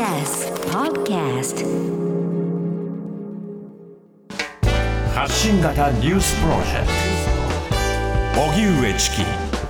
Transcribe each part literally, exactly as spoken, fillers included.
エス Podcast 発信型ニュースプロジェクト荻上チキ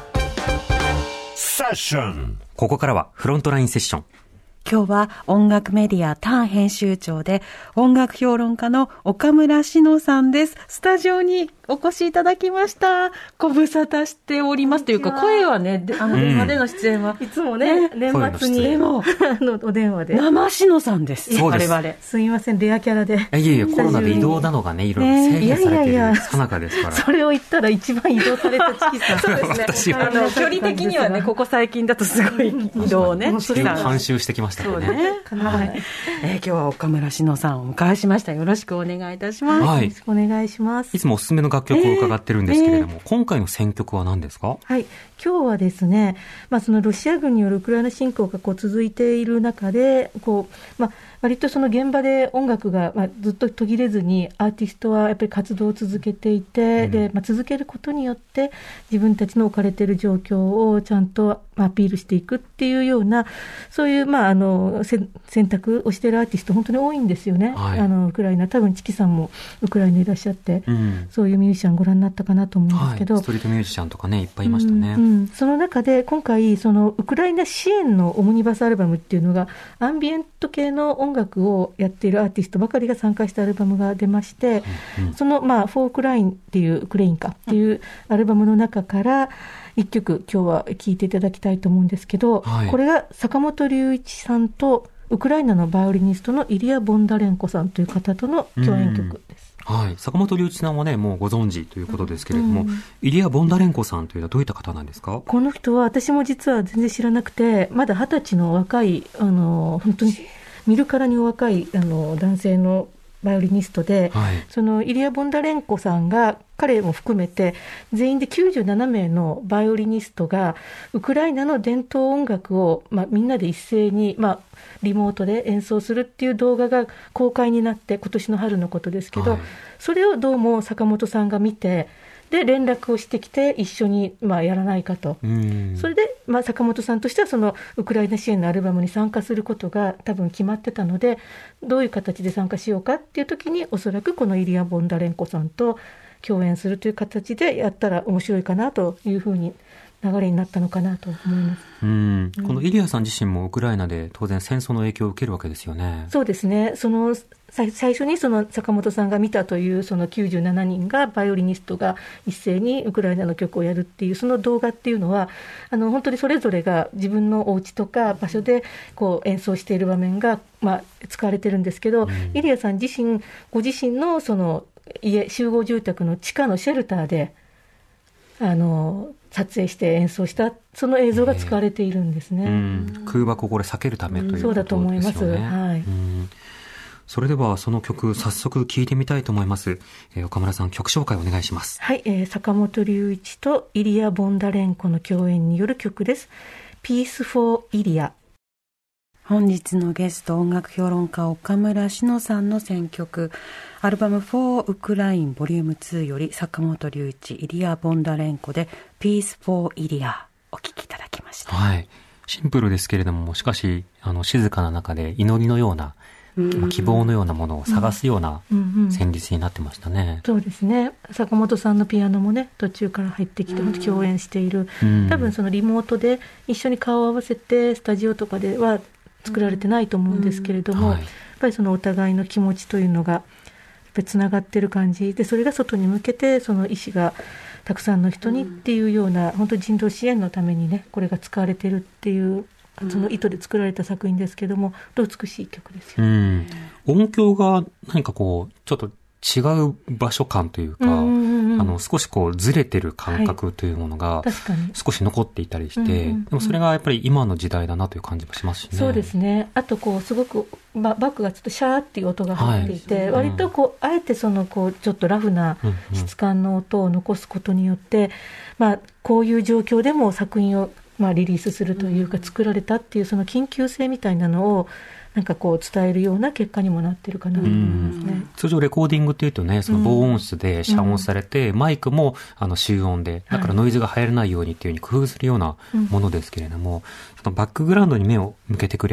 セッション。 ここからはフロントラインセッション。 今日は音楽メディアターン編集長で音楽評論家の岡村志乃さんです。スタジオにお越しいただきました。ご無沙汰しておりますというか、声はね、あの電話での出演は、 いつもね、年末にでもあのお電話で生志乃さんです。 そうです。 我々 すみません、レアキャラで。 いやいや、コロナで移動なのがね、いろいろ制限されてるさなかですから。 それを言ったら一番移動されたチキさん。 そうですね。あの距離的にはね、ここ最近だとすごい移動をね、 地球半周してきましたよね。 そうね。はい。えー、今日は岡村志乃さんをお迎えしました。よろしくお願いいたします。 はい。 よろしくお願いします。 いつもおすすめの楽曲を伺ってるんですけれども、えーえー、今回の選曲は何ですか？ はい。今日はですね、まあそのロシア軍によるウクライナ侵攻がこう続いている中で、こうまあ割とその現場で音楽が、まあ、ずっと途切れずにアーティストはやっぱり活動を続けていて、うん、でまあ、続けることによって自分たちの置かれている状況をちゃんとアピールしていくっていうような、そういう、まあ、あの選択をしているアーティスト本当に多いんですよね、はい、あのウクライナ、多分チキさんもウクライナにいらっしゃって、うん、そういうミュージシャンご覧になったかなと思うんですけど、 はい、ストリートミュージシャンとかねいっぱいいましたね、 うんうん、その中で今回そのウクライナ支援のオムニバスアルバムっていうのがアンビエント系の音楽をやっているアーティストばかりが参加したアルバムが出まして、うんうん、その、まあ、フォークラインっていうクレインかっていうアルバムの中からいっきょく今日は聴いていただきたいと思うんですけど、はい、これが坂本龍一さんとウクライナのバイオリニストのイリア・ボンダレンコさんという方との共演曲です。 うん、はい、坂本龍一さんはねもうご存知ということですけれども、うん、イリア・ボンダレンコさんというのはどういった方なんですか？ この人は私も実は全然知らなくて、まだはたちの若いあの本当に見るからにお若いあの男性のバイオリニストで、はい、そのイリア・ボンダレンコさんが彼も含めて全員できゅうじゅうななめいのバイオリニストがウクライナの伝統音楽を、まあ、みんなで一斉に、まあ、リモートで演奏するっていう動画が公開になって今年の春のことですけど、はい、それをどうも坂本さんが見てで連絡をしてきて一緒にまあやらないかと、うん、それでまあ坂本さんとしてはそのウクライナ支援のアルバムに参加することが多分決まってたので、どういう形で参加しようかっていう時におそらくこのイリア・ボンダレンコさんと共演するという形でやったら面白いかなというふうに流れになったのかなと思います。 うん、このイリアさん自身もウクライナで当然戦争の影響を受けるわけですよね。 そうですね。その最初にその坂本さんが見たというそのきゅうじゅうななにんがバイオリニストが一斉にウクライナの曲をやるっていうその動画っていうのはあの本当にそれぞれが自分のお家とか場所でこう演奏している場面がまあ使われてるんですけど、うん、イリアさん自身ご自身のその家集合住宅の地下のシェルターであの撮影して演奏したその映像が使われているんですね、うん、 空爆をこれ避けるためということですよね、うん、そうだと思います、はい、 うん、それではその曲早速聴いてみたいと思います、えー、岡村さん曲紹介お願いします。 はい、えー、坂本龍一とイリア・ボンダレンコの共演による曲です。 Peace for イリア。 本日のゲスト音楽評論家岡村志乃さんの選曲、アルバム For ウクラインボリュームツーより坂本龍一イリア・ボンダレンコで Peace for イリアお聴きいただきました。 はい、シンプルですけれどもしかしあの静かな中で祈りのような、うん、希望のようなものを探すような旋律になってましたね、うんうんうん、 そうですね。坂本さんのピアノもね途中から入ってきて共演している、うん、多分そのリモートで一緒に顔を合わせてスタジオとかでは作られてないと思うんですけれども、うんうんはい、やっぱりそのお互いの気持ちというのがやっぱりつながっている感じで、それが外に向けてその意思がたくさんの人にっていうような、うん、本当に人道支援のためにねこれが使われているっていうその意図で作られた作品ですけども、と美しい曲ですよ、うん、 音響が何かこうちょっと違う場所感というか、うんうんうん、あの少しこうずれてる感覚というものが少し残っていたりして、はい、でもそれがやっぱり今の時代だなという感じもしますしね。 そうですね。あとこうすごく、ま、バックがちょっとシャーっていう音が入っていて、はい、割とこうあえてそのこうちょっとラフな質感の音を残すことによって、うんうんまあ、こういう状況でも作品をまあリリースするというか作られたっていうその緊急性みたいなのをなんかこう伝えるような結果にもなってるかなと思いますね。 通常レコーディングっていうとね、その防音室で遮音されて、うん、マイクもあの集音で、だからノイズが入らないようにっていう風に工夫するようなものですけれども、はい、そのバックグラウンドに目を向けてくれ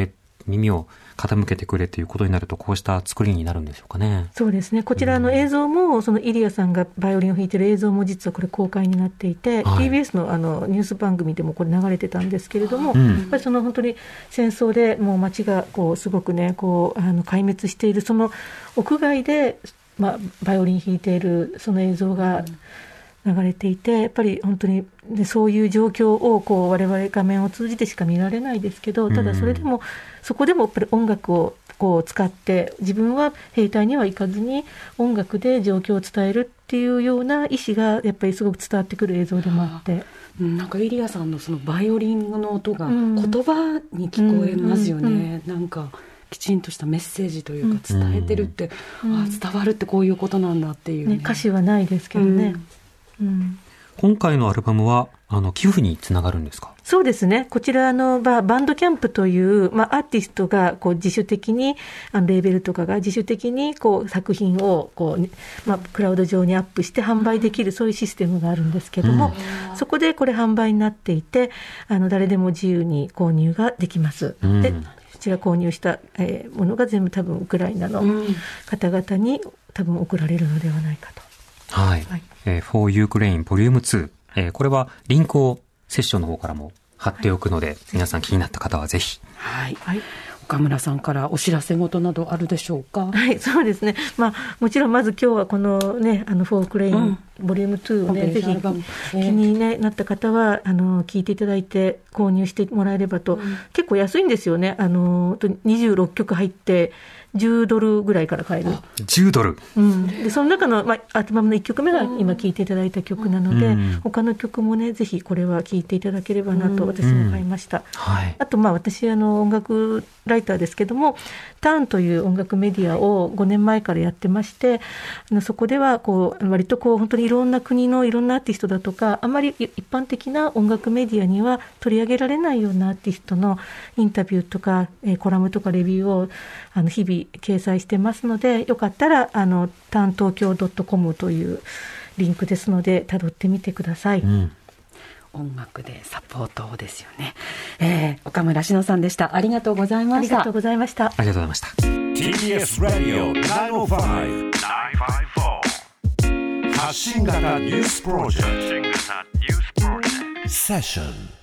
耳を傾けてくれということになると、こうした作りになるんでしょうかね。 そうですね。こちらの映像も、そのイリアさんがバイオリンを弾いている映像も実はこれ公開になっていて、はい、ティービーエス の, あのニュース番組でもこれ流れてたんですけれども、うん、やっぱりその本当に戦争でもう街がこうすごくね、こうあの壊滅しているその屋外で、まあ、バイオリン弾いているその映像が流れていて、やっぱり本当に、ね、そういう状況をこう我々画面を通じてしか見られないですけど、ただそれでも、うん、そこでもやっぱり音楽をこう使って自分は兵隊には行かずに音楽で状況を伝えるっていうような意思がやっぱりすごく伝わってくる映像でもあって、 なんかイリアさんのそのバイオリンの音が言葉に聞こえますよね、うんうんうんうん、なんかきちんとしたメッセージというか伝えてるって、うん、あ伝わるってこういうことなんだっていう、ねね、歌詞はないですけどね、うんうん、 今回のアルバムはあの寄付につながるんですか？ そうですね。こちらのバンドキャンプという、まあ、アーティストがこう自主的にあのレーベルとかが自主的にこう作品をこう、まあ、クラウド上にアップして販売できる、そういうシステムがあるんですけども、うん、そこでこれ販売になっていて、あの誰でも自由に購入ができます、うん、でこちら購入した、えー、ものが全部多分ウクライナの方々に多分送られるのではないかと。 はい、はいえー、For Ukraine ボリュームツー、えー、これはリンクをセッションの方からも貼っておくので、はい、皆さん気になった方はぜひ。 はい。はい、岡村さんからお知らせ事などあるでしょうか？ はい、そうですね。まあ、もちろんまず今日はこのね、あの、フォークレイン、ボリュームツーをね、うん、ぜひ気に、ね、なった方は、あの、聞いていただいて購入してもらえればと、うん、結構安いんですよね。あの、にじゅうろっきょく入って、じゅうドルぐらいから買える。 じゅうドル、 うん、でその中の、まあ、アルバムのいっきょくめが今聴いていただいた曲なので、うん、他の曲もねぜひこれは聴いていただければなと私も買いました、うんはい、あとまあ私あの音楽ライターですけども、ターンという音楽メディアをごねんまえからやってまして、あのそこではこう割とこう本当にいろんな国のいろんなアーティストだとか、あまり一般的な音楽メディアには取り上げられないようなアーティストのインタビューとか、えー、コラムとかレビューをあの日々掲載してますので、よかったらあのターン東京 .com というリンクですのでたどってみてください、うん、 音楽でサポートですよね、えー、岡村志乃さんでした。ありがとうございました。 ありがとうございました。 ありがとうございました。 ティービーエス Radio きゅうまるご、きゅうごよん 発信型ニュースプロジェクトセッション